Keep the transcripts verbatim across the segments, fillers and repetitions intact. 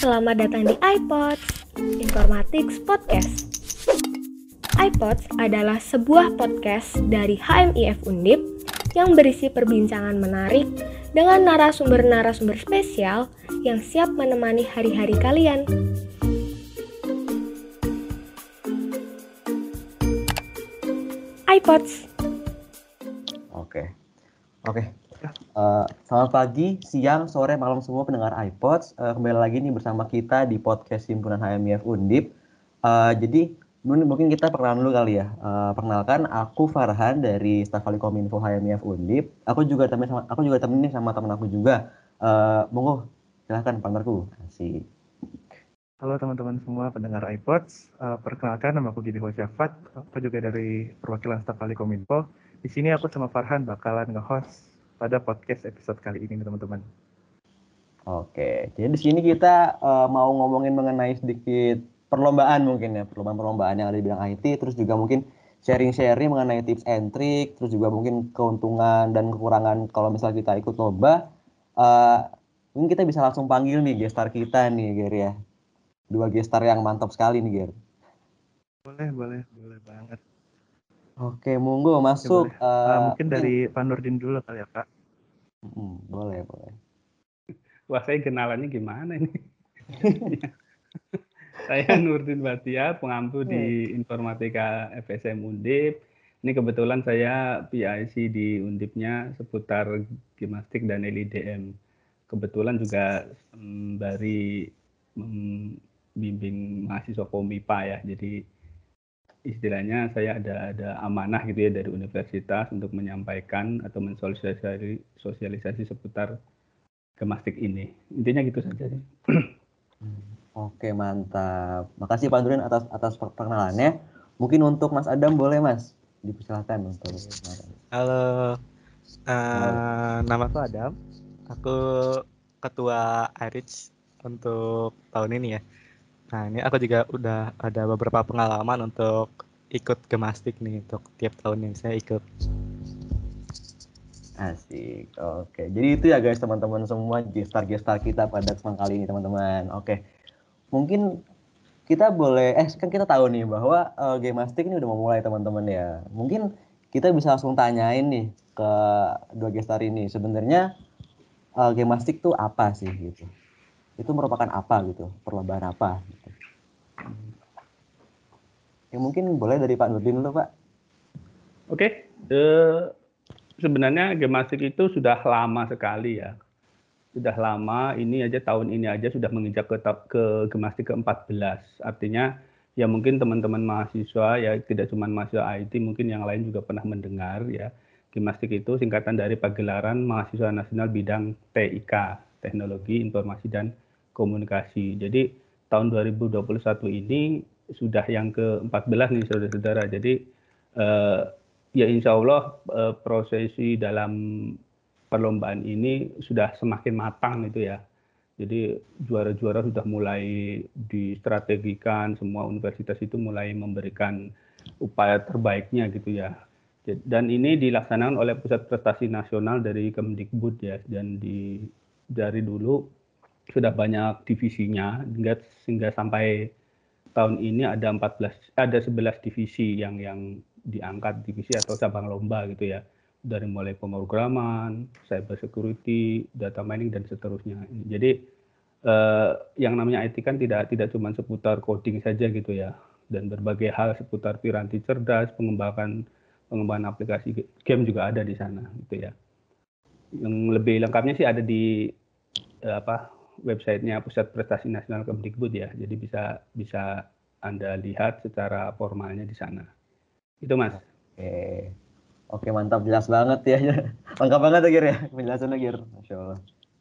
selamat datang di iPods, Informatics Podcast. iPods adalah sebuah podcast dari H M I F Undip yang berisi perbincangan menarik dengan narasumber-narasumber spesial yang siap menemani hari-hari kalian. iPods. Oke, oke. Uh, selamat pagi, siang, sore, malam semua pendengar iPods. Uh, kembali lagi nih bersama kita di podcast Himpunan H M I F Undip. Uh, jadi mungkin kita perkenalan dulu kali ya. Uh, perkenalkan, aku Farhan dari staf Kominfo H M I F Undip. Aku juga temen sama aku juga temenin sama teman aku juga. Uh, monggo, silahkan partnerku. Asik. Halo teman-teman semua pendengar iPods. Uh, perkenalkan, nama aku Gidi Hosyafat. Aku juga dari perwakilan staf Kominfo. Di sini aku sama Farhan bakalan nge-host pada podcast episode kali ini, teman-teman. Oke, jadi di sini kita uh, mau ngomongin mengenai sedikit perlombaan mungkin ya, perlombaan-perlombaan yang ada di bidang I T, terus juga mungkin sharing-sharing mengenai tips and trick, terus juga mungkin keuntungan dan kekurangan kalau misalnya kita ikut lomba. Uh, mungkin kita bisa langsung panggil nih gestar kita nih, Ger ya. Dua gestar yang mantap sekali nih, Ger. Boleh, boleh, boleh banget. Oke, monggo masuk. Ya, uh, uh, mungkin dari Pak Nurdin dulu kali ya, Kak. Hmm, boleh, boleh. Wah, saya kenalannya gimana ini? Saya Nurdin Batia, pengampu di Informatika F S M Undip. Ini kebetulan saya P I C di Undipnya seputar gimnastik dan L I D M. Kebetulan juga sembari membimbing mahasiswa Komipa ya, jadi istilahnya saya ada ada amanah gitu ya dari universitas untuk menyampaikan atau mensosialisasi sosialisasi seputar gimnastik ini. Intinya gitu saja sih. Oke, mantap. Makasih Pak Nurdin atas atas perkenalannya. Mungkin untuk Mas Adam boleh Mas dipersilakan untuk. Halo, uh, nama aku Adam. Aku ketua I R I C untuk tahun ini ya. Nah, ini aku juga udah ada beberapa pengalaman untuk ikut gimnastik nih untuk tiap tahun yang saya ikut. Asik. Oke. Jadi itu ya guys teman-teman semua gestar-gestar kita pada kesempatan kali ini teman-teman. Oke. Mungkin kita boleh eh kan kita tahu nih bahwa uh, gimnastik ini udah mau mulai teman-teman ya. Mungkin kita bisa langsung tanyain nih ke dua gestar ini. Sebenarnya uh, gimnastik tuh apa sih gitu? Itu merupakan apa gitu, perlombaan apa gitu. Ya mungkin boleh dari Pak Nurdin dulu Pak. Oke, uh, sebenarnya gimnastik itu sudah lama sekali ya, sudah lama, ini aja tahun ini aja sudah menginjak ke, ke gimnastik ke empat belas, artinya ya mungkin teman-teman mahasiswa ya tidak cuma mahasiswa I T, mungkin yang lain juga pernah mendengar ya, gimnastik itu singkatan dari pagelaran Mahasiswa Nasional Bidang T I K, Teknologi Informasi dan Komunikasi. Jadi tahun dua ribu dua puluh satu ini sudah yang ke empat belas nih saudara-saudara. Jadi eh, ya insya Allah eh, prosesi dalam perlombaan ini sudah semakin matang gitu ya. Jadi juara-juara sudah mulai distrategikan, semua universitas itu mulai memberikan upaya terbaiknya gitu ya. Dan ini dilaksanakan oleh Pusat Prestasi Nasional dari Kemdikbud ya, dan di dari dulu sudah banyak divisinya hingga sehingga sampai tahun ini ada empat belas ada sebelas divisi yang yang diangkat divisi atau cabang lomba gitu ya, dari mulai pemrograman, cyber security, data mining dan seterusnya. Jadi eh, yang namanya I T kan tidak tidak cuma seputar coding saja gitu ya, dan berbagai hal seputar piranti cerdas, pengembangan pengembangan aplikasi game juga ada di sana gitu ya. Yang lebih lengkapnya sih ada di eh, apa websitenya Pusat Prestasi Nasional Kemdikbud ya. Jadi bisa bisa Anda lihat secara formalnya di sana. Itu Mas. Oke. Oke, mantap, jelas banget ya. Lengkap banget ya Gir ya penjelasannya Gir. Masya Allah.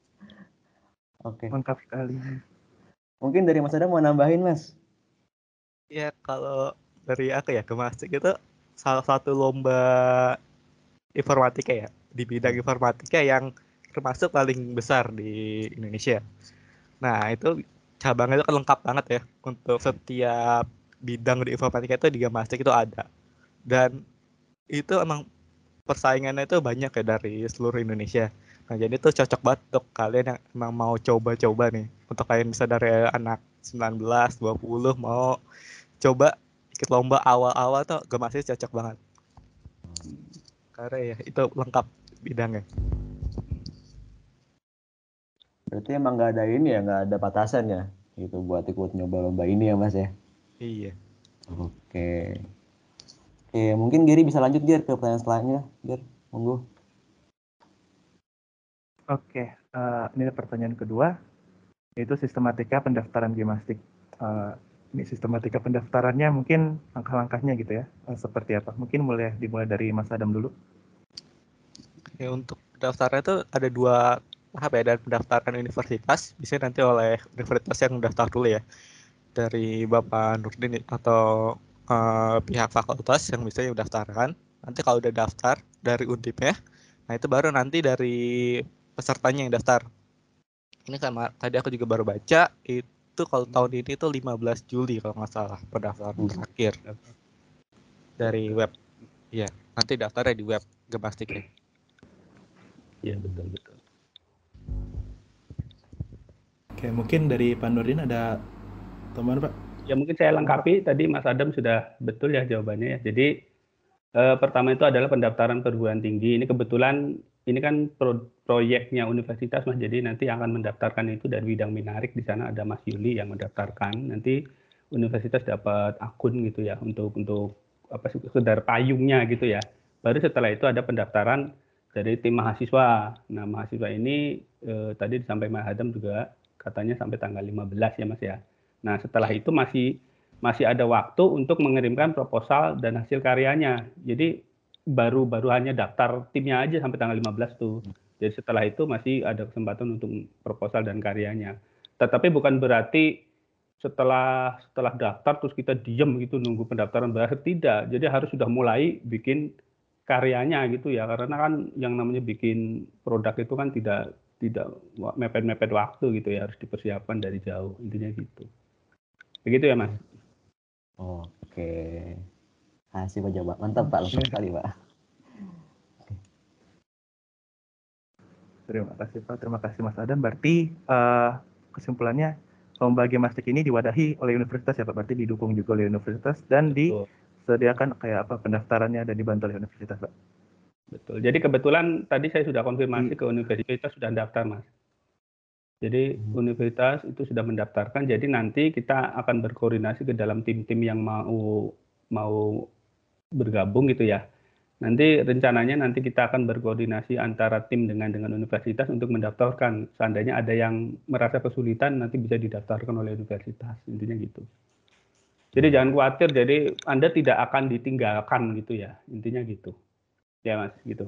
Oke. Lengkap sekali. Mungkin dari Mas Adam mau nambahin Mas? Ya kalau dari aku ya, gimnastik itu salah satu lomba informatika ya, di bidang informatika yang termasuk paling besar di Indonesia. Nah itu cabangnya itu kan lengkap banget ya, untuk setiap bidang di informatika itu di gimnastik itu ada, dan itu emang persaingannya itu banyak ya dari seluruh Indonesia. Nah, jadi tuh cocok banget untuk kalian yang emang mau coba-coba nih. Untuk kalian bisa dari anak sembilan belas, dua puluh mau coba ikut lomba awal-awal tuh Gemastik cocok banget. Karena ya itu lengkap bidangnya. Berarti emang nggak ada ini ya, nggak ada batasan ya, gitu buat ikut nyoba lomba ini ya Mas ya. Iya. Oke. Oke, mungkin Gary bisa lanjut Ger ke pertanyaan selanjutnya, Ger, monggo. Oke, uh, ini pertanyaan kedua, yaitu sistematika pendaftaran Gemastik. Uh, ini sistematika pendaftarannya mungkin langkah-langkahnya gitu ya, uh, seperti apa? Mungkin mulai dimulai dari Mas Adam dulu. Ya, untuk pendaftarannya itu ada dua tahap ya, dan pendaftaran universitas bisa nanti oleh universitas yang mendaftar dulu ya, dari Bapak Nurdin atau uh, pihak fakultas yang bisa mendaftarkan. Nanti kalau udah daftar dari Undipnya, nah itu baru nanti dari pesertanya yang daftar. Ini sama tadi aku juga baru baca, itu kalau tahun ini tuh lima belas Juli kalau nggak salah pendaftaran terakhir dari web. Iya, nanti daftarnya di web Gemastiknya. Iya, betul betul. Oke, mungkin dari Pak Nurdin ada teman Pak? Ya mungkin saya lengkapi, tadi Mas Adam sudah betul ya jawabannya ya. Jadi eh, pertama itu adalah pendaftaran perguruan tinggi. Ini kebetulan ini kan pro, proyeknya universitas Mas. Jadi nanti yang akan mendaftarkan itu dari bidang minarik, di sana ada Mas Yuli yang mendaftarkan. Nanti universitas dapat akun gitu ya untuk untuk apa sih, sekedar payungnya gitu ya. Baru setelah itu ada pendaftaran dari tim mahasiswa. Nah, mahasiswa ini eh, tadi disampaikan Mas Adam juga katanya sampai tanggal lima belas ya Mas ya. Nah, setelah itu masih masih ada waktu untuk mengirimkan proposal dan hasil karyanya. Jadi baru baru hanya daftar timnya aja sampai tanggal lima belas tuh. Jadi setelah itu masih ada kesempatan untuk proposal dan karyanya. Tetapi bukan berarti setelah setelah daftar terus kita diam gitu nunggu pendaftaran berakhir, tidak. Jadi harus sudah mulai bikin karyanya gitu ya. Karena kan yang namanya bikin produk itu kan tidak tidak mepet-mepet waktu gitu ya, harus dipersiapkan dari jauh, intinya gitu. Begitu ya Mas? Oke. Kasih Pak jawab. Mantap Pak, lengkap sekali Pak. Terima kasih Pak, terima kasih Mas Adam. Berarti uh, kesimpulannya lomba Gemastik ini diwadahi oleh universitas ya Pak, berarti didukung juga oleh universitas dan Betul. disediakan kayak apa pendaftarannya dan dibantu oleh universitas Pak. Betul. Jadi kebetulan tadi saya sudah konfirmasi ke universitas sudah daftar Mas. Jadi universitas itu sudah mendaftarkan. Jadi nanti kita akan berkoordinasi ke dalam tim-tim yang mau mau bergabung gitu ya. Nanti rencananya nanti kita akan berkoordinasi antara tim dengan dengan universitas untuk mendaftarkan. Seandainya ada yang merasa kesulitan nanti bisa didaftarkan oleh universitas. Intinya gitu. Jadi jangan khawatir. Jadi Anda tidak akan ditinggalkan gitu ya. Intinya gitu. Ya Mas, gitu.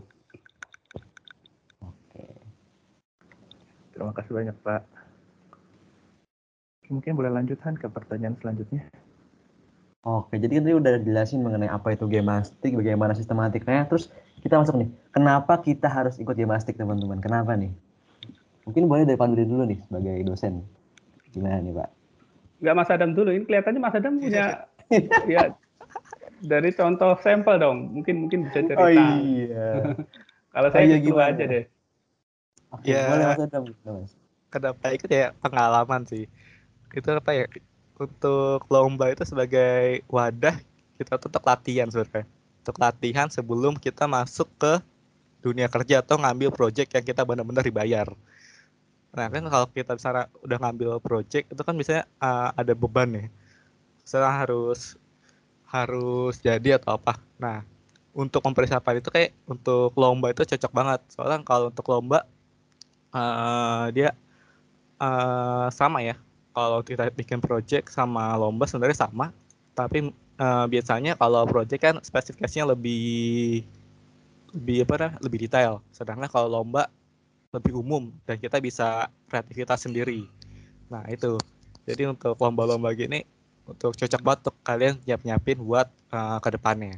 Terima kasih banyak Pak. Mungkin boleh lanjutkan ke pertanyaan selanjutnya. Oke, jadi kan tadi udah jelasin mengenai apa itu Gemastik, bagaimana sistematikanya. Terus kita masuk nih, kenapa kita harus ikut Gemastik teman-teman? Kenapa nih? Mungkin boleh dari Pak Nurdin dulu nih sebagai dosen. Gimana nih Pak? Nggak Mas Adam dulu, ini kelihatannya Mas Adam punya ya dari contoh sampel dong. Mungkin mungkin bisa cerita. Oh iya. Kalau saya oh, iya, gitu aja deh. Oke, Ya, boleh Mas Adam. Mas. Kenapa ikut ya pengalaman sih. Itu apa ya? Untuk lomba itu sebagai wadah kita tetap latihan sebenarnya. Untuk latihan sebelum kita masuk ke dunia kerja atau ngambil project yang kita benar-benar dibayar. Nah kan kalau kita misalnya udah ngambil project itu kan misalnya uh, ada beban nih. Misalnya harus harus jadi atau apa. Nah untuk mempersiapkan itu kayak untuk lomba itu cocok banget. Soalnya kalau untuk lomba uh, dia uh, sama ya. Kalau kita bikin project sama lomba sebenarnya sama, tapi uh, biasanya kalau project kan spesifikasinya lebih lebih apa nah, lebih detail. Sedangkan kalau lomba lebih umum dan kita bisa kreativitas sendiri. Nah itu. Jadi untuk lomba-lomba gini untuk cocok banget untuk kalian nyiap-nyiapin buat uh, ke depannya.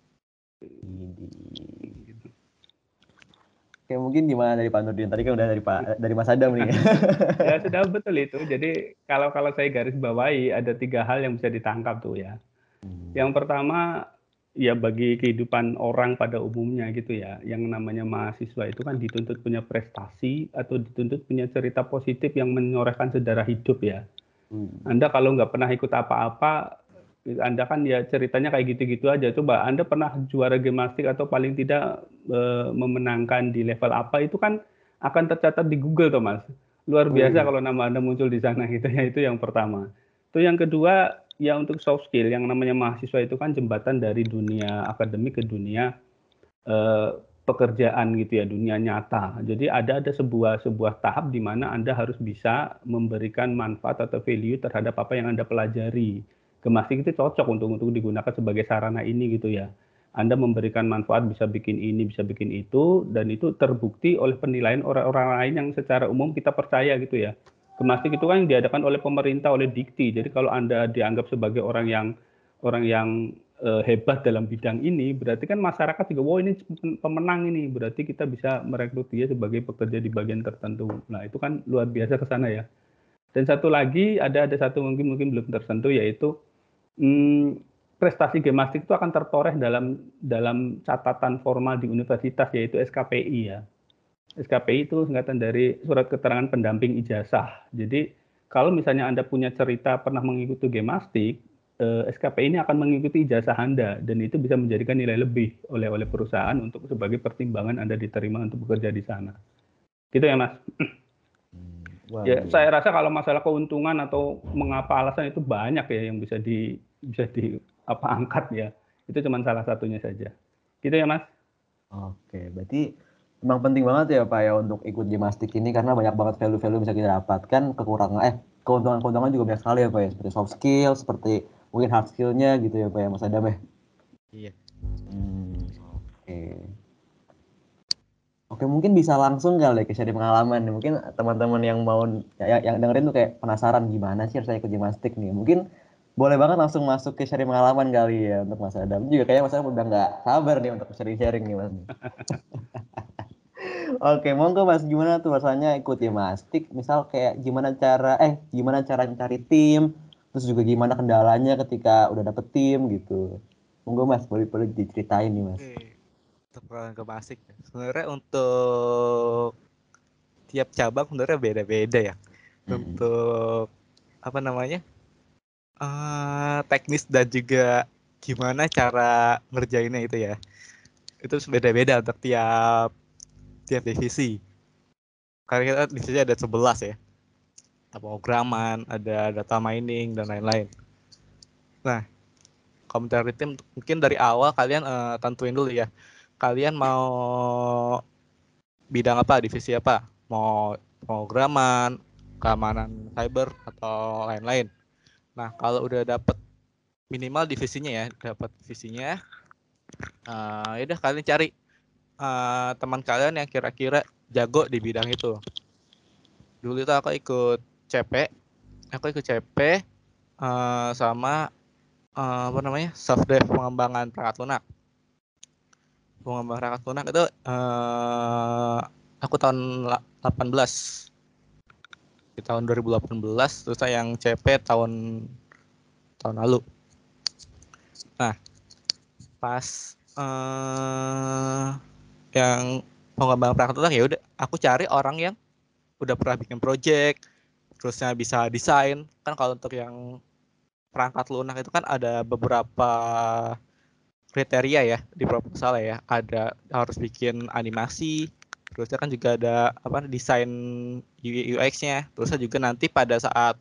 Oke, mungkin gimana dari Pak Nurdin? Tadi kan udah dari Pak dari Mas Adam nih. Ya sudah betul itu. Jadi kalau kalau saya garis bawahi ada tiga hal yang bisa ditangkap tuh ya. Hmm. Yang pertama ya bagi kehidupan orang pada umumnya gitu ya, yang namanya mahasiswa itu kan dituntut punya prestasi atau dituntut punya cerita positif yang menorehkan sejarah hidup ya. Hmm. Anda kalau nggak pernah ikut apa-apa, Anda kan ya ceritanya kayak gitu-gitu aja. Coba Anda pernah juara gimnastik atau paling tidak e, memenangkan di level apa, itu kan akan tercatat di Google tuh Mas. Luar biasa Hmm. kalau nama Anda muncul di sana gitu ya, itu yang pertama. Itu yang kedua, ya untuk soft skill, yang namanya mahasiswa itu kan jembatan dari dunia akademik ke dunia eh, pekerjaan gitu ya, dunia nyata. Jadi ada ada sebuah sebuah tahap di mana Anda harus bisa memberikan manfaat atau value terhadap apa yang Anda pelajari. Gemastik itu cocok untuk untuk digunakan sebagai sarana ini gitu ya. Anda memberikan manfaat, bisa bikin ini, bisa bikin itu, dan itu terbukti oleh penilaian orang-orang lain yang secara umum kita percaya gitu ya. Gemastik itu kan diadakan oleh pemerintah, oleh Dikti. Jadi kalau Anda dianggap sebagai orang yang orang yang eh, hebat dalam bidang ini, berarti kan masyarakat juga, wow ini pemenang ini, berarti kita bisa merekrut dia sebagai pekerja di bagian tertentu. Nah itu kan luar biasa ke sana ya. Dan satu lagi, ada ada satu mungkin mungkin belum tersentuh, yaitu hmm, prestasi gemastik itu akan tertoreh dalam dalam catatan formal di universitas, yaitu S K P I ya. S K P I itu singkatan dari surat keterangan pendamping ijazah. Jadi kalau misalnya Anda punya cerita pernah mengikuti gemastik, eh, S K P I ini akan mengikuti ijazah Anda, dan itu bisa menjadikan nilai lebih oleh oleh perusahaan untuk sebagai pertimbangan Anda diterima untuk bekerja di sana. Gitu ya Mas. Wah, Ya, iya. saya rasa kalau masalah keuntungan atau mengapa alasan itu banyak ya yang bisa di bisa di apa angkat ya. Itu cuma salah satunya saja. Gitu ya Mas. Oke, berarti memang penting banget ya Pak ya untuk ikut gimnastik ini karena banyak banget value-value bisa kita dapatkan, kekurangan eh keuntungan-keuntungan juga banyak sekali ya Pak ya, seperti soft skill, seperti mungkin hard skill-nya gitu ya Pak ya Mas Adam ya. Iya. Hmm, oke. Oke, mungkin bisa langsung kali ya ke sharing pengalaman nih. Mungkin teman-teman yang mau ya, yang dengerin tuh kayak penasaran gimana sih rasanya ikut gimnastik nih. Mungkin boleh banget langsung masuk ke sharing pengalaman kali ya untuk Mas Adam. Juga kayaknya Mas Adam udah nggak sabar nih untuk sharing-sharing nih Mas. Oke, monggo Mas, gimana tuh rasanya ikut gimnastik? Misal kayak gimana cara eh gimana cara cari tim, terus juga gimana kendalanya ketika udah dapet tim gitu. Monggo Mas, boleh boleh diceritain nih Mas. Oke. Untuk program gemastik, sebenarnya untuk tiap cabang sebenarnya beda-beda ya. Hmm. Untuk apa namanya? Uh, teknis dan juga gimana cara ngerjainnya itu ya. Itu beda-beda untuk tiap tiap divisi. Karena kita divisi ada sebelas ya. Ada pemrograman, ada data mining dan lain-lain. Nah, komentar tim mungkin dari awal kalian uh, tentuin dulu ya. Kalian mau bidang apa, divisi apa? Mau pemrograman, keamanan cyber atau lain-lain. Nah, kalau udah dapet minimal divisinya ya, dapat divisinya, uh, ya udah kalian cari uh, teman kalian yang kira-kira jago di bidang itu. Dulu itu aku ikut C P, aku ikut C P uh, sama uh, apa namanya soft dev pengembangan perangkat lunak. Pengembangan perangkat lunak itu uh, aku tahun delapan belas di tahun dua ribu delapan belas, terus saya yang C P tahun tahun lalu. Nah, pas uh, yang pengembangan perangkat lunak ya udah aku cari orang yang udah pernah bikin project, terusnya bisa desain. Kan kalau untuk yang perangkat lunak itu kan ada beberapa kriteria ya di proposal ya. Ada harus bikin animasi, terusnya kan juga ada apa desain U I U X-nya. Terusnya juga nanti pada saat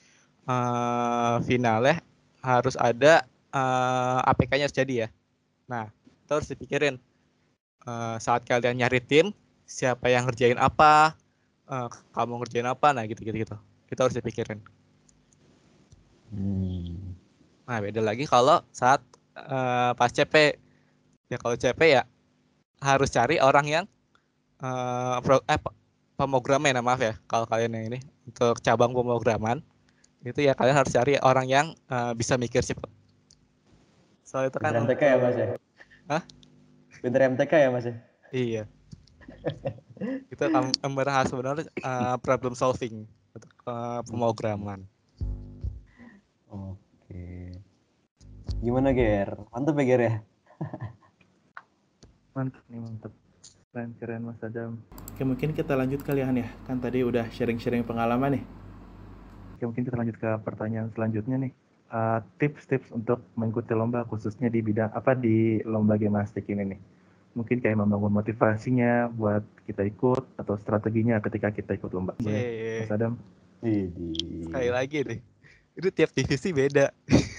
uh, finalnya harus ada uh, A P K-nya harus jadi ya. Nah, itu harus dipikirin uh, saat kalian nyari tim, siapa yang ngerjain apa, uh, kamu ngerjain apa, nah gitu-gitu gitu. Kita harus dipikirin. Hmm. Nah, beda lagi kalau saat uh, pas C P. Ya kalau C P ya harus cari orang yang uh, pro, eh, pemrograman ya, maaf ya. Kalau kalian yang ini untuk cabang pemrograman itu ya kalian harus cari orang yang uh, bisa mikir cepat. Soal itu kan Pinter M T K ya Mas ya? Hah? Pinter M T K ya Mas ya? Iya. Itu akan membahas sebenarnya uh, problem solving untuk uh, pemrograman. Oke. Gimana Ger? Mantap ya Ger ya? Mantap nih, mantap. Keren, keren Mas Adam. Oke, mungkin kita lanjut kalian ya. Kan tadi udah sharing-sharing pengalaman nih. Oke, mungkin kita lanjut ke pertanyaan selanjutnya nih. Uh, tips-tips untuk mengikuti lomba khususnya di bidang apa di lomba Gemastik ini nih. Mungkin kayak membangun motivasinya buat kita ikut atau strateginya ketika kita ikut lomba. Boleh, Oke. Mas Adam? Widih. Sekali lagi nih, itu tiap divisi beda.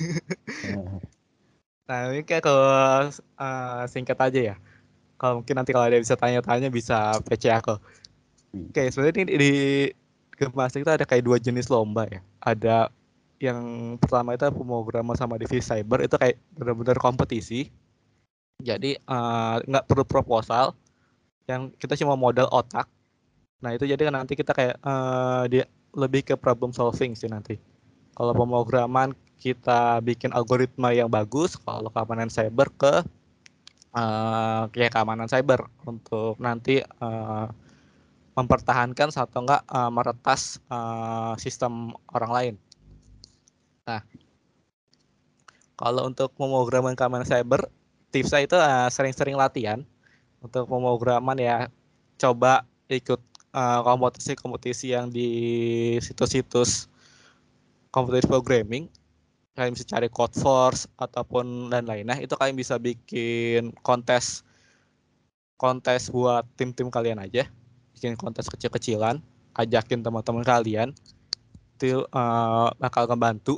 Nah, ini kayak kalau uh, singkat aja ya. Kalau mungkin nanti kalau ada yang bisa tanya-tanya bisa P C aku. Oke, sebenarnya ini di Gemastik itu ada kayak dua jenis lomba ya. Ada yang pertama itu pemrograman sama divisi cyber, itu kayak benar-benar kompetisi. Jadi uh, nggak perlu proposal, yang kita cuma modal otak. Nah itu jadi kan nanti kita kayak uh, dia lebih ke problem solving sih nanti. Kalau pemrograman kita bikin algoritma yang bagus, kalau keamanan cyber ke uh, kayak keamanan cyber untuk nanti uh, mempertahankan atau enggak uh, meretas uh, sistem orang lain. Nah, kalau untuk pemrograman keamanan cyber, tipsnya itu uh, sering-sering latihan. Untuk pemrograman ya coba ikut uh, kompetisi-kompetisi yang di situs-situs kompetisi programming. Kalian bisa cari Codeforce ataupun dan lainnya. Itu kalian bisa bikin kontes kontes buat tim-tim kalian aja. Bikin kontes kecil-kecilan, ajakin teman-teman kalian. Itu uh, bakal membantu.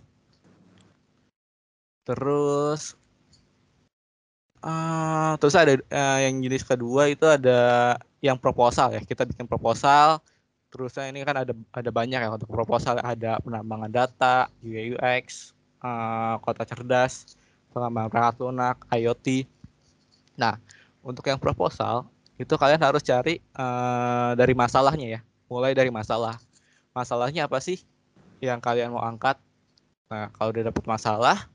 Terus Uh, terus ada uh, yang jenis kedua itu ada yang proposal ya, kita bikin proposal. Terusnya ini kan ada ada banyak ya untuk proposal, ada penambangan data, U I U X, uh, kota cerdas, pengembangan perangkat lunak, IoT. Nah untuk yang proposal itu kalian harus cari uh, dari masalahnya ya, mulai dari masalah. Masalahnya apa sih yang kalian mau angkat? Nah kalau udah dapet masalah,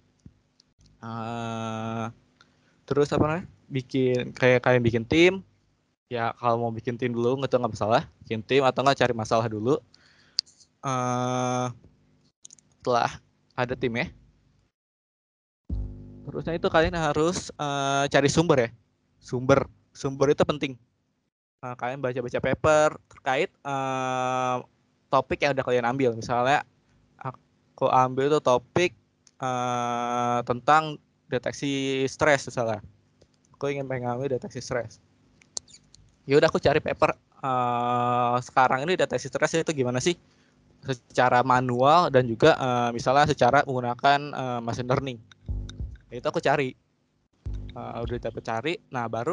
uh, terus apa namanya? Bikin kayak kalian bikin tim. Ya kalau mau bikin tim dulu nggak tuh nggak masalah. Bikin tim atau nggak cari masalah dulu. Uh, setelah ada tim ya. Terusnya itu kalian harus uh, cari sumber ya. Sumber, sumber itu penting. Uh, kalian baca-baca paper terkait uh, topik yang udah kalian ambil. Misalnya aku ambil itu topik uh, tentang deteksi stres misalnya. Aku ingin mengambil deteksi stres. Ya udah aku cari paper uh, sekarang ini deteksi stres itu gimana sih? Secara manual dan juga uh, misalnya secara menggunakan uh, machine learning. Itu aku cari. Uh, udah dapat cari, nah baru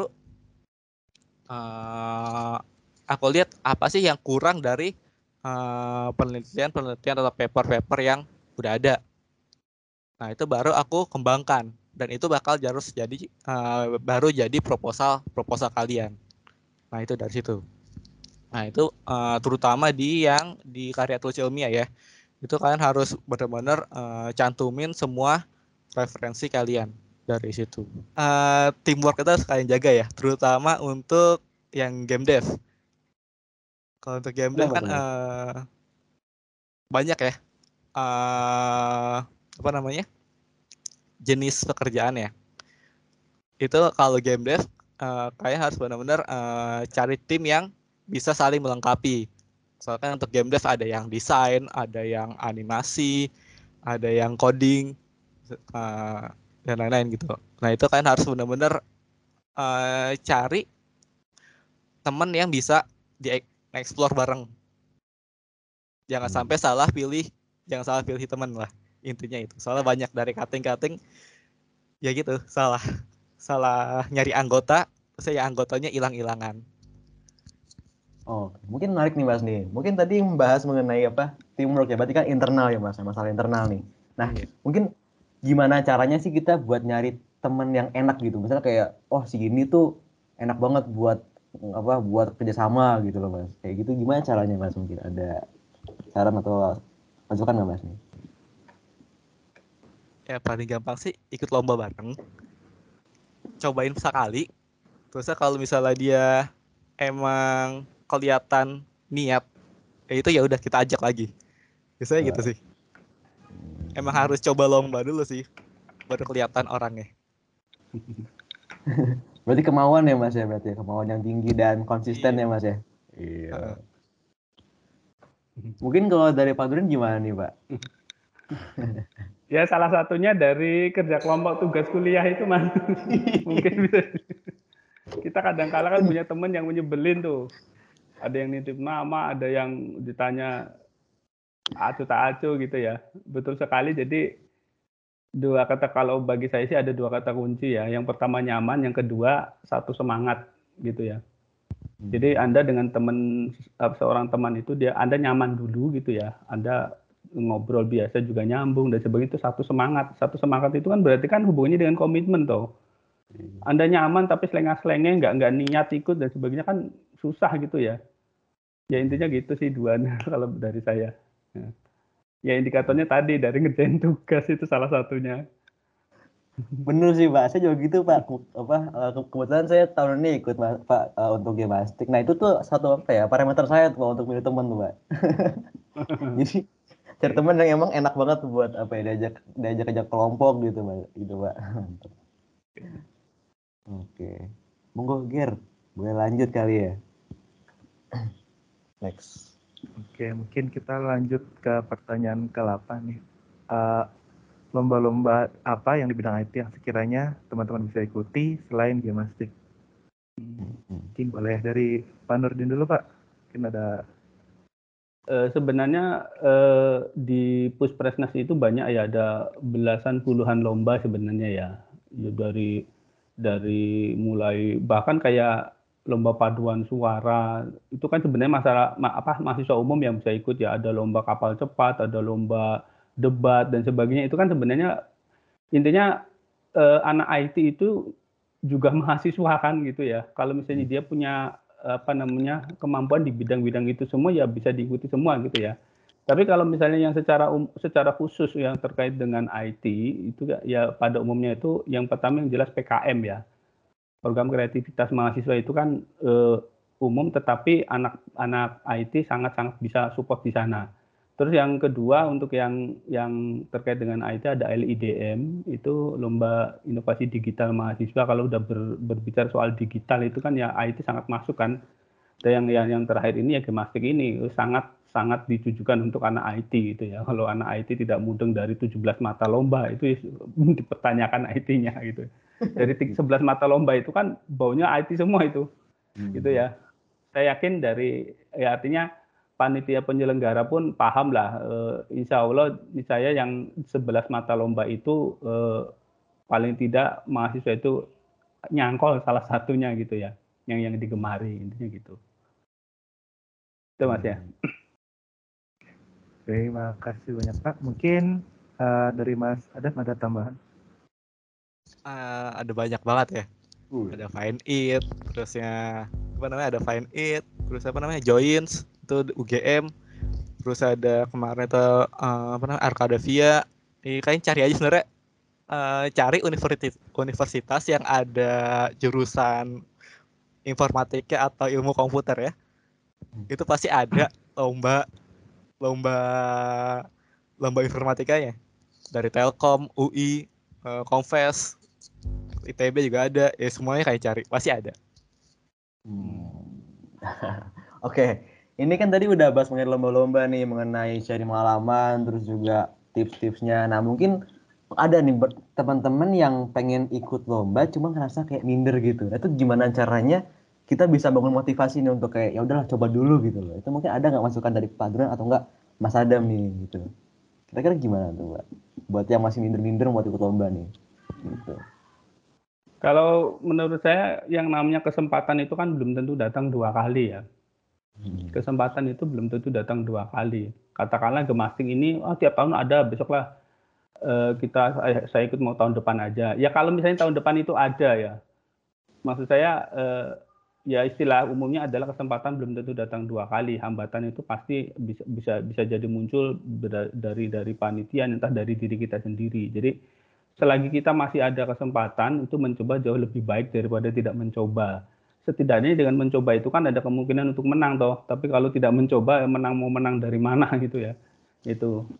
uh, aku lihat apa sih yang kurang dari uh, penelitian-penelitian atau paper-paper yang udah ada. Nah itu baru aku kembangkan. Dan itu bakal harus jadi uh, baru jadi proposal proposal kalian. Nah itu dari situ. Nah itu uh, terutama di yang di karya tulis ilmiah ya. Itu kalian harus benar-benar uh, cantumin semua referensi kalian dari situ. Uh, teamwork itu harus kalian jaga ya, terutama untuk yang game dev. Kalau untuk game dev kan uh, banyak ya. Uh, apa namanya? Jenis pekerjaan ya. Itu kalau game dev uh, kalian harus benar-benar uh, cari tim yang bisa saling melengkapi. Soalnya untuk game dev ada yang desain, ada yang animasi, ada yang coding uh, dan lain-lain gitu. Nah itu kalian harus benar-benar uh, cari teman yang bisa di-explore bareng. Jangan hmm. sampai salah pilih, jangan salah pilih teman lah. Intinya itu. Soalnya banyak dari cutting-cutting ya gitu, salah. Salah nyari anggota, terus ya anggotanya hilang-hilangan. Oh, mungkin menarik nih Mas nih. Mungkin tadi membahas mengenai apa? Teamwork ya, berarti kan internal ya Mas, masalah internal nih. Nah, yeah. mungkin gimana caranya sih kita buat nyari teman yang enak gitu. Misalnya kayak, oh si gini tuh enak banget buat apa? Buat kerjasama gitu loh Mas. Kayak gitu gimana caranya Mas? Mungkin ada saran atau masukan nggak Mas nih? Ya paling gampang sih ikut lomba bareng. Cobain sekali. Terusnya kalau misalnya dia emang kelihatan niat, ya itu ya udah kita ajak lagi. Biasanya gitu sih. Emang harus coba lomba dulu sih, baru kelihatan orangnya. Berarti kemauan ya Mas ya, berarti ya, kemauan yang tinggi dan konsisten Iya. ya Mas ya. Iya. Heeh. Mungkin kalau dari Pak Durin gimana nih Pak? Ya salah satunya dari kerja kelompok tugas kuliah itu Mas. Mungkin bisa. Kita kadang-kala kan punya teman yang menyebelin tuh. Ada yang nitip nama, ada yang ditanya acu tak acu gitu ya. Betul sekali. Jadi dua kata, kalau bagi saya sih ada dua kata kunci ya. Yang pertama nyaman, yang kedua satu semangat gitu ya. Jadi Anda dengan teman, seorang teman itu dia Anda nyaman dulu gitu ya. Anda ngobrol biasa juga nyambung dan sebagainya, itu satu semangat. Satu semangat itu kan berarti kan hubungannya dengan komitmen toh. Anda nyaman tapi selengah-selengnya nggak nggak niat ikut dan sebagainya kan susah gitu ya. Ya intinya gitu sih dua kalau dari saya. Ya indikatornya tadi dari ngerjain tugas itu salah satunya. Bener sih Pak, saya juga gitu Pak. Ke- apa eh, ke- kebetulan saya tahun ini ikut Ma- Pak eh, untuk gimnastik. Nah itu tuh satu apa ya parameter saya tuh Pak, untuk milih teman tuh Pak. Jadi cari teman yang emang enak banget tuh buat apa ya diajak diajak ajak kelompok gitu Pak, gitu Pak. Mantap. Oke, monggo Ger, boleh lanjut kali ya. Next. Oke, mungkin kita lanjut ke pertanyaan ke delapan nih. Eh, lomba-lomba apa yang di bidang I T yang sekiranya teman-teman bisa ikuti selain gimnastik? Mungkin boleh dari Pak Nurdin dulu Pak. Mungkin ada. Eh, sebenarnya eh, di Puspresnas itu banyak ya, ada belasan puluhan lomba sebenarnya ya. Ya dari dari mulai bahkan kayak lomba paduan suara itu kan sebenarnya masalah ma- apa mahasiswa umum yang bisa ikut ya. Ada lomba kapal cepat, ada lomba debat dan sebagainya. Itu kan sebenarnya intinya eh, anak I T itu juga mahasiswa kan gitu ya. Kalau misalnya dia punya apa namanya kemampuan di bidang-bidang itu semua ya bisa diikuti semua gitu ya. Tapi kalau misalnya yang secara um, secara khusus yang terkait dengan I T itu ya, ya pada umumnya itu yang pertama yang jelas P K M ya. Program kreativitas mahasiswa itu kan eh, umum tetapi anak-anak I T sangat-sangat bisa support di sana. Terus yang kedua untuk yang yang terkait dengan I T ada L I D M, itu lomba inovasi digital mahasiswa. Kalau udah ber, berbicara soal digital itu kan ya I T sangat masuk kan. Dan yang yang, yang terakhir ini ya gimnastik ini sangat sangat ditujukan untuk anak I T gitu ya. Kalau anak I T tidak mudeng dari tujuh belas mata lomba itu dipertanyakan I T-nya gitu. Dari sebelas mata lomba itu kan baunya I T semua itu. Gitu ya. Saya yakin dari ya artinya panitia penyelenggara pun paham lah, eh, insya Allah saya yang sebelas mata lomba itu eh, paling tidak mahasiswa itu nyangkol salah satunya gitu ya, yang yang digemari intinya gitu. Itu Mas ya. Terima kasih banyak Pak. Mungkin uh, dari Mas Adam ada tambahan? Uh, ada banyak banget ya. Uh. Ada Find It, terusnya apa namanya ada Find It, terus apa namanya Joins itu U G M, terus ada kemarin itu uh, apa namanya Arcadavia. Ini kalian cari aja sebenarnya, uh, cari universitas universitas yang ada jurusan informatika atau ilmu komputer ya. Itu pasti ada lomba lomba lomba informatikanya dari Telkom, U I, uh, Komves, I T B juga ada. Ya semuanya kayak cari pasti ada. Hmm. Oke, okay. Ini kan tadi udah bahas mengenai lomba-lomba nih, mengenai sharing pengalaman, terus juga tips-tipsnya. Nah mungkin ada nih teman-teman yang pengen ikut lomba, cuma ngerasa kayak minder gitu. Nah, itu gimana caranya kita bisa bangun motivasi nih untuk kayak ya udahlah coba dulu gitu loh. Itu mungkin ada nggak masukan dari Pak Duran atau enggak Mas Adam nih gitu. Kira-kira gimana tuh Mbak? Buat yang masih minder-minder buat ikut lomba nih. Gitu. Kalau menurut saya yang namanya kesempatan itu kan belum tentu datang dua kali ya. Kesempatan itu belum tentu datang dua kali. Katakanlah gimnastik ini, oh tiap tahun ada, besoklah uh, kita saya ikut mau tahun depan aja. Ya kalau misalnya tahun depan itu ada ya, maksud saya uh, ya istilah umumnya adalah kesempatan belum tentu datang dua kali. Hambatan itu pasti bisa bisa bisa jadi muncul dari dari panitia, entah dari diri kita sendiri. Jadi selagi kita masih ada kesempatan itu mencoba jauh lebih baik daripada tidak mencoba. Setidaknya dengan mencoba itu kan ada kemungkinan untuk menang toh. Tapi kalau tidak mencoba menang mau menang dari mana gitu ya. Itu.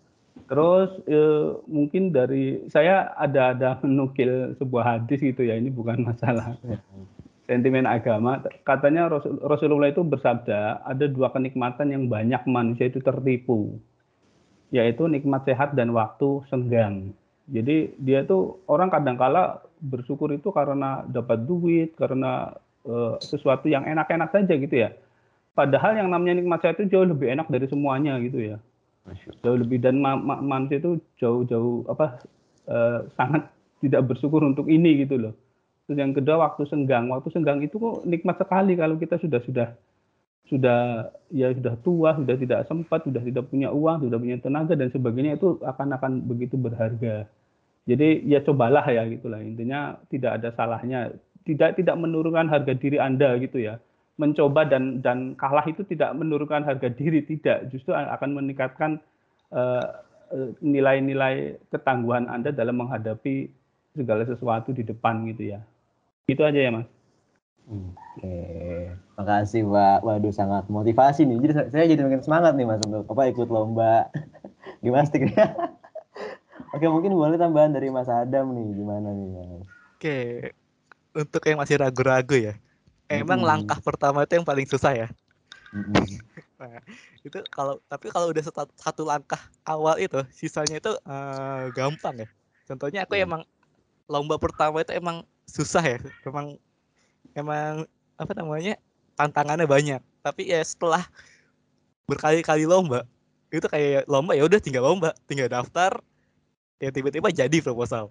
Terus eh, mungkin dari saya ada ada menukil sebuah hadis gitu ya, ini bukan masalah sentimen agama. Katanya Rasul- Rasulullah itu bersabda, ada dua kenikmatan yang banyak manusia itu tertipu, yaitu nikmat sehat dan waktu senggang. Jadi dia tuh orang kadangkala bersyukur itu karena dapat duit, karena eh, sesuatu yang enak-enak saja gitu ya. Padahal yang namanya nikmat sehat itu jauh lebih enak dari semuanya gitu ya. Jauh lebih, dan ma- ma- manusia itu jauh-jauh apa eh, sangat tidak bersyukur untuk ini gitu loh. Terus yang kedua waktu senggang. Waktu senggang itu kok nikmat sekali kalau kita sudah sudah sudah ya sudah tua, sudah tidak sempat, sudah tidak punya uang, sudah punya tenaga dan sebagainya, itu akan akan begitu berharga. Jadi ya cobalah ya gitulah, intinya tidak ada salahnya, tidak tidak menurunkan harga diri Anda gitu ya. Mencoba dan dan kalah itu tidak menurunkan harga diri, tidak, justru akan meningkatkan eh, eh, nilai-nilai ketangguhan Anda dalam menghadapi segala sesuatu di depan gitu ya. Itu aja ya Mas. Oke, makasih Pak. Waduh, sangat motivasi nih. Jadi saya jadi makin semangat nih Mas untuk apa ikut lomba gimnastik. Oke, mungkin boleh tambahan dari Mas Adam nih, gimana nih Mas? Oke, untuk yang masih ragu-ragu ya, emang Mm-mm. langkah pertama itu yang paling susah ya. Mm-mm. Nah, itu kalau tapi kalau udah satu, satu langkah awal itu, sisanya itu eh, gampang ya. Contohnya aku Hmm. emang lomba pertama itu emang susah ya. Emang emang apa namanya? Tantangannya banyak. Tapi ya setelah berkali-kali lomba, itu kayak lomba ya udah tinggal lomba, tinggal daftar, ya tiba-tiba jadi proposal.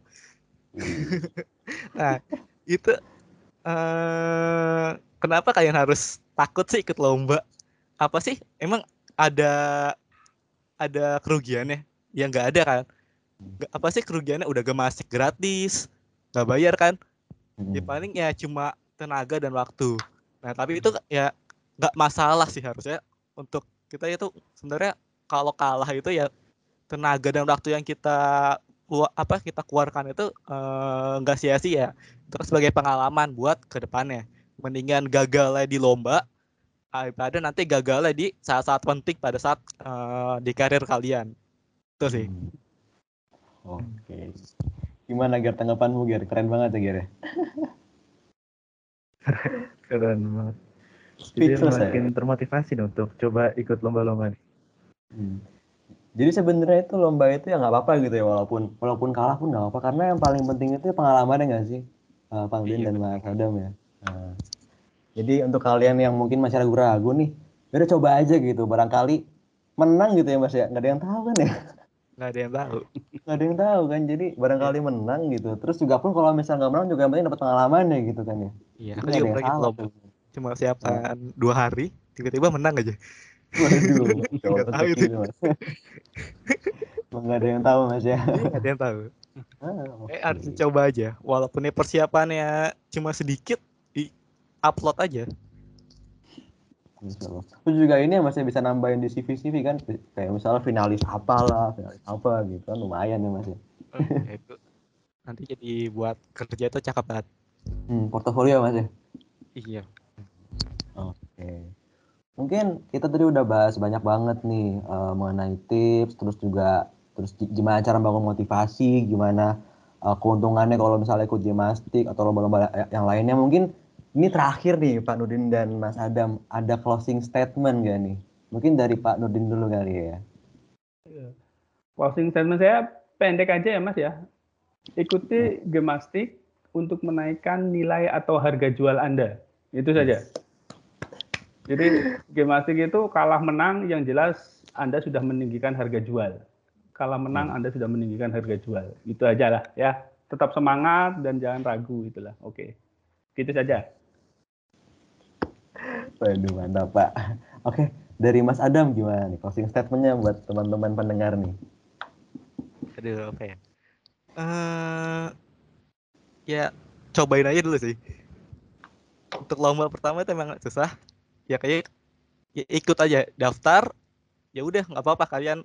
Nah, itu eh kenapa kalian harus takut sih ikut lomba? Apa sih? Emang ada ada kerugiannya? Ya nggak ada kan? Nggak- apa sih kerugiannya? Udah gak masuk gratis, nggak bayar kan? Ya Mm-mm. paling ya cuma tenaga dan waktu. Nah tapi itu ya nggak masalah sih harusnya. Untuk kita itu sebenarnya kalau kalah itu ya tenaga dan waktu yang kita lu- apa kita keluarkan itu eh, nggak sia-sia. Itu kan sebagai pengalaman buat ke depannya. Mendingan gagalnya di lomba daripada nanti gagalnya di saat-saat penting pada saat eh, di karir kalian. Itu sih. Hmm. Oke. Gimana Ger, tanggapanmu Ger? Keren banget ya Ger. Keren banget. Jadi Speechless ya. makin termotivasi nih untuk coba ikut lomba-lomba nih. Hmm. Jadi sebenarnya itu lomba itu ya nggak apa-apa gitu ya, walaupun walaupun kalah pun nggak apa-apa, karena yang paling penting itu pengalamannya nggak sih, uh, Pak Udin Iya, dan betul. Mas Adam ya. Nah, jadi untuk kalian yang mungkin masih ragu-ragu nih, ya udah coba aja gitu, barangkali menang gitu ya Mas ya, nggak ada yang tahu kan ya, Nggak ada yang tahu. nggak ada yang tahu kan, jadi barangkali Iya. menang gitu. Terus juga pun kalau misalnya nggak menang juga yang penting dapat pengalamannya gitu kan ya. Iya, Jadi aku nggak juga ada yang pernah ikut salah lomba. tuh. Cuma Nah, siapan dua hari, tiba-tiba menang aja. waduh, coba Nggak tahu rezeki itu. itu Mas. Nggak ada yang tahu Mas ya. Iya, nggak ada yang tahu. Ah, Eh, oke. harus coba aja. Walaupun ya persiapannya cuma sedikit, di upload aja. Insya Allah. Terus juga ini yang masih bisa nambahin di C V C V kan, kayak misalnya finalis apalah, finalis apa gitu kan, lumayan ya Mas ya. Oh, ya itu nanti jadi buat kerja itu cakep banget. Hmm, portofolio Mas ya. Iya. Oke. Mungkin kita tadi udah bahas banyak banget nih eh, mengenai tips, terus juga terus gi- gimana cara bangun motivasi, gimana eh, keuntungannya kalau misalnya ikut gimnastik atau lomba-lomba ya- yang lainnya. Mungkin ini terakhir nih Pak Nurdin dan Mas Adam, ada closing statement gak nih? Mungkin dari Pak Nurdin dulu kali ya. Closing statement saya pendek aja ya Mas ya. Ikuti gimnastik untuk menaikkan nilai atau harga jual Anda. Itu saja. Jadi gimnastik itu kalah menang yang jelas Anda sudah meninggikan harga jual. Kalah menang Anda sudah meninggikan harga jual. Itu aja lah ya. Tetap semangat dan jangan ragu itulah. Oke. Gitu saja. Waduh, mantap Pak. Oke, dari Mas Adam gimana nih closing statement-nya buat teman-teman pendengar nih? Aduh, apa ya? Eh, ya cobain aja dulu sih. Untuk lomba pertama itu emang susah. Ya kayak ya ikut aja, daftar. Ya udah, nggak apa-apa kalian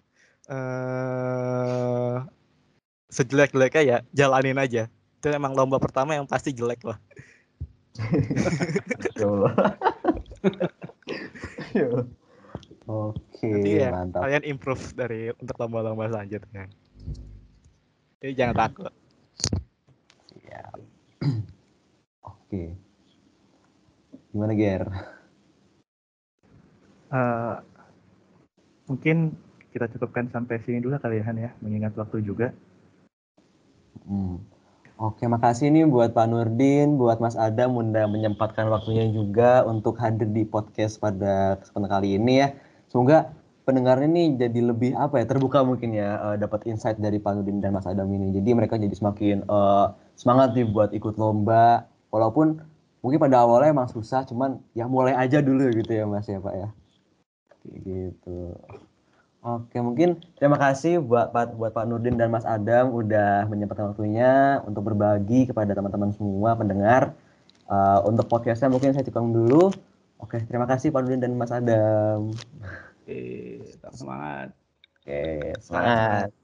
eh sejelek-jeleknya ya jalanin aja. Itu emang lomba pertama yang pasti jelek lah. Ya Allah. Ya Allah. Oke, Nanti ya mantap. kalian improve dari untuk lomba-lomba selanjutnya. Jadi jangan takut. Siap. Oke. Gimana, Ger? Eh, mungkin kita cukupkan sampai sini dulu kali ya Han ya, mengingat waktu juga. Hmm. Oke, makasih nih buat Pak Nurdin, buat Mas Adam udah menyempatkan waktunya juga untuk hadir di podcast pada kesempatan kali ini ya. Semoga pendengarnya nih jadi lebih apa ya, terbuka mungkin ya, eh, dapat insight dari Pak Nurdin dan Mas Adam ini. Jadi mereka jadi semakin eh, semangat nih buat ikut lomba, walaupun mungkin pada awalnya emang susah, cuman ya mulai aja dulu gitu ya Mas ya Pak ya. Kayak gitu. Oke, mungkin terima kasih buat Pak buat Pak Nurdin dan Mas Adam udah menyempatkan waktunya untuk berbagi kepada teman-teman semua pendengar. Uh, untuk podcastnya mungkin saya cukupkan dulu. Oke, terima kasih Pak Nurdin dan Mas Adam. Oke, tetap semangat. Oke, Semangat. semangat.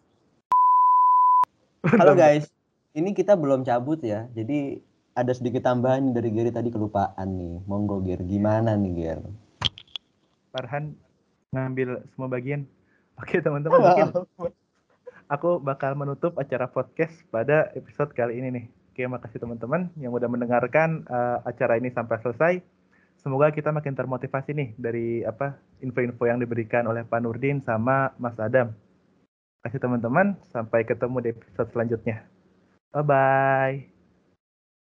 Halo guys, ini kita belum cabut ya. Jadi ada sedikit tambahan dari Geri tadi kelupaan nih. Monggo Ger, gimana nih Ger? Farhan ngambil semua bagian. Oke teman-teman, mungkin aku bakal menutup acara podcast pada episode kali ini nih. Oke, makasih teman-teman yang udah mendengarkan uh, acara ini sampai selesai. Semoga kita makin termotivasi nih dari apa info-info yang diberikan oleh Pak Nurdin sama Mas Adam. Kasih teman-teman, sampai ketemu di episode selanjutnya. Bye-bye.